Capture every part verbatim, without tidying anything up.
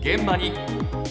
現場に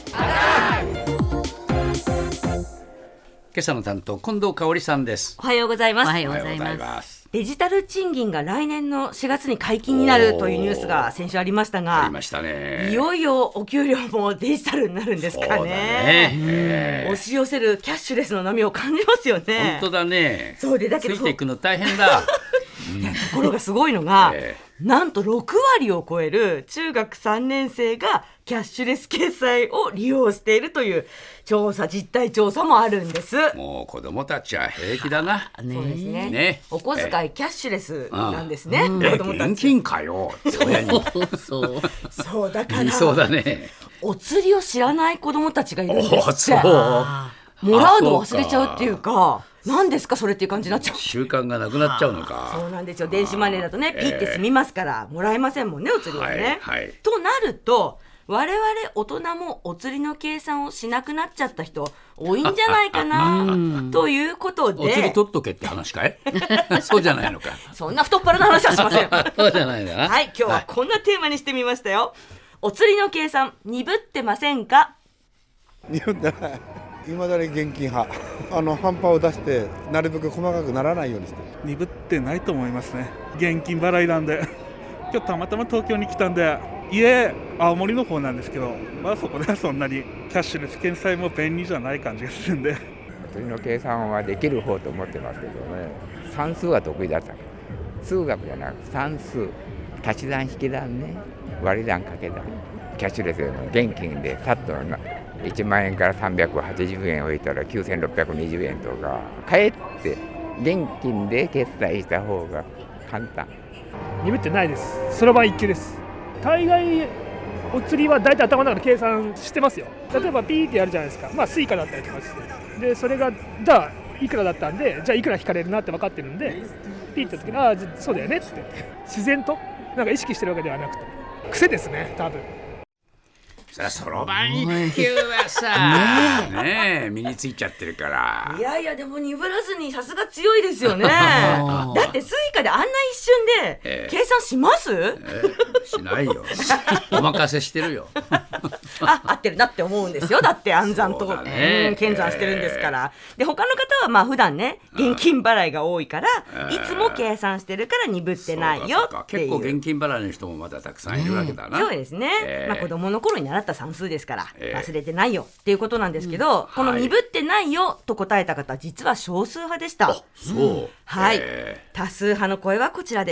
今朝の担当近藤香織さんです。 おはようございます。 おはようございます。 デジタル賃金が来年のしがつに解禁になるというニュースが先週ありましたが、 ありましたね。 いよいよお給料もデジタルになるんですかね。 そうだね、 押し寄せるキャッシュレスの波を感じますよね。 本当だね。 そうでだけどついていくの大変だ。 ところがすごいのが、 えなんとろくわりを超える中学さんねん生がキャッシュレス決済を利用しているという調査実態調査もあるんです。 もう子供たちは平気だな。 そうですね。 ねお小遣いキャッシュレスなんですね。 うん子供たち。 現金かよ。親にそうそうだから言いそうだね。 お釣りを知らない子供たちがいるんですって。 おそうもらうの忘れちゃうっていうか、何ですかそれっていう感じになっちゃう。 習慣がなくなっちゃうのか。 そうなんですよ。電子マネーだとね、ピッて済みますからもらえませんもんね、お釣りはね、 はいはいとなると我々大人もお釣りの計算をしなくなっちゃった人多いんじゃないかなということで、 お釣り取っとけって話かい。そうじゃないのか。 そんな太っ腹な話はしません。 そうじゃないな。 はい、今日はこんなテーマにしてみましたよ。お釣りの計算鈍ってませんか。 鈍ってない。未だに現金派。あの半端を出してなるべく細かくならないようにして。 鈍ってないと思いますね。現金払いなんで。今日たまたま東京に来たんで、家青森の方なんですけど、まあそこではそんなにキャッシュレス決済も便利じゃない感じがするんで。 お釣りの計算はできる方と思ってますけどね。算数は得意だった。数学じゃなく算数、足し算引き算ね、割り算掛け算。キャッシュレスの現金でさっといちまんえんからさんびゃくはちじゅうえん置いたらきゅうせんろっぴゃくにじゅうえんとか、かえって現金で決済した方が簡単。 鈍ってないです。そろばん一級です。大概お釣りは大体頭の中で計算してますよ。例えばピーってやるじゃないですか。まあスイカだったりとかして、でそれがじゃあいくらだったんで、じゃあいくら引かれるなって分かってるんで、ピーってやった時にああそうだよねって自然となんか意識してるわけではなくて、癖ですね多分。 そろばん一級はさ、ね, ねえ身についちゃってるから。 いやいやでも鈍らずにさすが強いですよね。だってスイカであんな一瞬で計算します、えーえー、しないよ。お任せしてるよ。 あ、合ってるなって思うんですよ。だって暗算と、ね、検算してるんですから、えー、で他の方はまあ普段ね現金払いが多いから、えー、いつも計算してるから鈍ってないよっていう。 結構現金払いの人もまだたくさんいるわけだな、 ね、そうですね、えーまあ、子供の頃に習った算数ですから、 えー、 忘れてないよっていうことなんですけど、うん、この鈍ってないよと答えた方実は少数派でした。 そう、うん、 はい、えー、多数派の声はこちらです。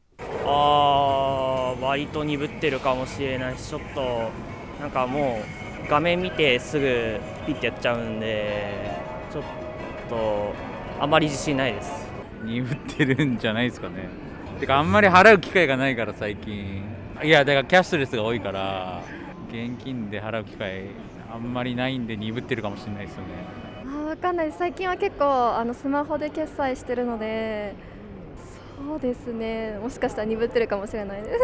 あー割と鈍ってるかもしれないし、ちょっとなんかもう画面見てすぐピッてやっちゃうんで、ちょっとあまり自信ないです。 鈍ってるんじゃないですかね。てかあんまり払う機会がないから最近。いやだからキャッシュレスが多いから現金で払う機会あんまりないんで鈍ってるかもしれないですよね。 あ、わかんない。最近は結構あのスマホで決済してるので、そうですね、もしかしたら鈍ってるかもしれないです。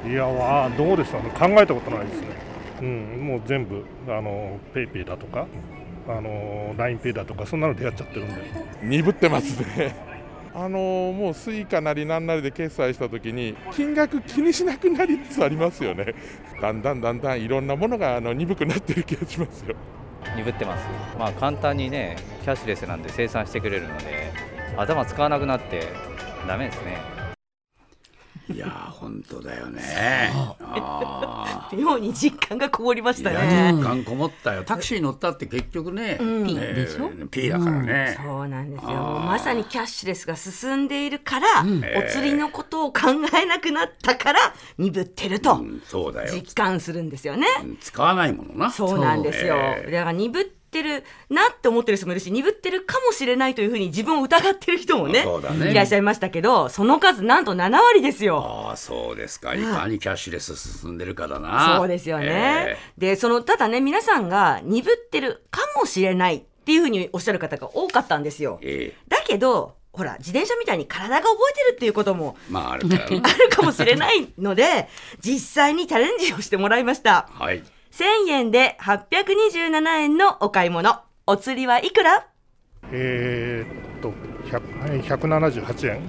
いやわどうですかね、考えたことないですね。うん、もう全部あのペイペイだとかあの ラインペイ だとかそんなのでやっちゃってるんで鈍ってますね。あのもうスイカなりなんなりで決済したときに金額気にしなくなりつつありますよね。だんだんだんだんいろんなものがあの鈍くなってる気がしますよ。 鈍ってます。まあ簡単にねキャッシュレスなんで生産してくれるので頭使わなくなってダメですね。 いや本当だよね。 あ妙に実感がこもりましたね。 いや実感こもったよ。タクシー乗ったって結局ね、 うん、 えー、 P でしょ P だからね、 うん、そうなんですよ。まさにキャッシュレスが進んでいるから、うん、お釣りのことを考えなくなったから鈍ってると実感するんですよね、 うん、使わないものな。 そうなんですよ、えー、だから鈍っててるなって思ってる人もいるし、鈍ってるかもしれないというふうに自分を疑ってる人も ね, ねいらっしゃいましたけど、その数なんとななわりですよ。 ああそうですか。いかにキャッシュレス進んでるかだな。 そうですよね、えー、でそのただね皆さんが鈍ってるかもしれないっていうふうにおっしゃる方が多かったんですよ、えー、だけどほら自転車みたいに体が覚えてるっていうことも、 まあ、あるから、ね、 あるかもしれないので実際にチャレンジをしてもらいました、 はい、 せんえんではっぴゃくにじゅうななえんのお買い物、お釣りはいくら？ えー、っとひゃくななじゅうはちえんん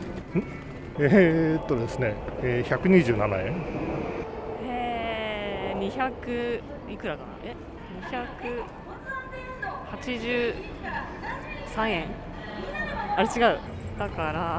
えー、っとですね、えー、ひゃくにじゅうななえんえにひゃくいくらかな、えにひゃくはちじゅうさんえん、あれ違う、だから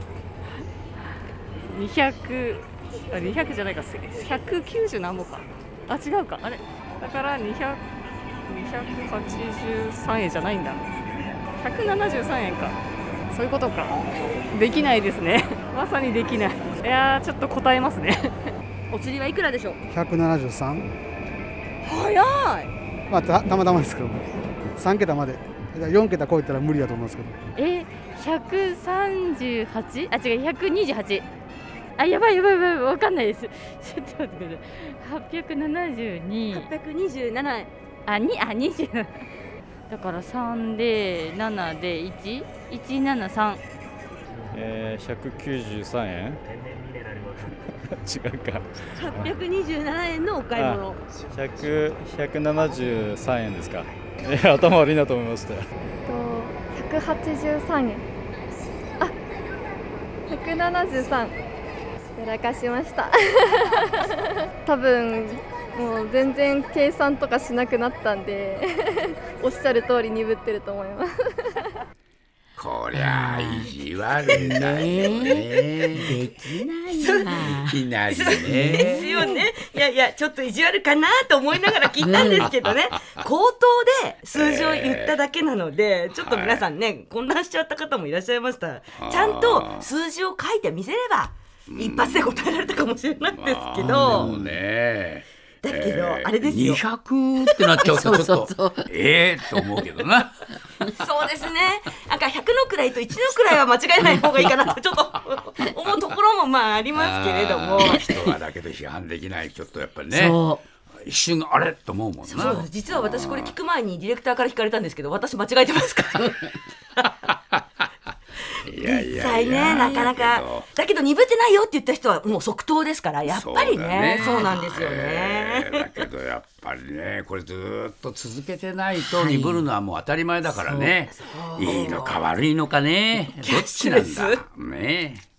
にひゃくあにひゃくじゃないか、ひゃくきゅうじゅう何ぼか、あ違うか、あれだからにひゃくにひゃくはちじゅうさんえんじゃないんだ、ひゃくななじゅうさんえんか、そういうことか。できないですねまさにできない。いやーちょっと答えますねお釣りはいくらでしょう。 ひゃくななじゅうさん。 早い。 まあ た, たまたまですけどもさんけたまでよんけた超えたら無理だと思いますけど。 えひゃくさんじゅうはち、あ違うひゃくにじゅうはち、あやばいやばいやばいわかんないですちょっと待ってください。はっぴゃくななじゅうに、 はっぴゃくにじゅうななえん、 あにあにじゅうだからさんでななでいち、いちななさん、 えー、ひゃくきゅうじゅうさんえん違うか、 はっぴゃくにじゅうななえんのお買い物。 ひゃく、ひゃくななじゅうさんえんですか。えー、頭悪いなと思いました。 ひゃくはちじゅうさんえん、あひゃくななじゅうさん、やらかしました多分もう全然計算とかしなくなったんでおっしゃる通り鈍ってると思いますこりゃ意地悪だよね。 できないな。 いきなりね。 ですよね。いやいやちょっと意地悪かなと思いながら聞いたんですけどね。口頭で数字を言っただけなので、ちょっと皆さんね混乱しちゃった方もいらっしゃいました。ちゃんと数字を書いてみせれば一発で答えられたかもしれないんですけど。 でもね。 だけど、えー、あれですよにひゃくってなっちゃうとちょっとええと思うけどなそうですね。なんかひゃくの位といちの位は間違えない方がいいかなとちょっと思うところもまあありますけれども、 人がだけで批判できないちょっとやっぱりね一瞬あれと思うもんな。 そう実は私これ聞く前にディレクターから聞かれたんですけど、私間違えてますかいやいやいや実際ねなかなかだけど鈍ってないよって言った人はもう即答ですからやっぱり ね, ねそうなんですよね、 えー、だけどやっぱりねこれずっと続けてないと鈍るのはもう当たり前だからね、はい、いいのか悪いのかねどっちなんだね。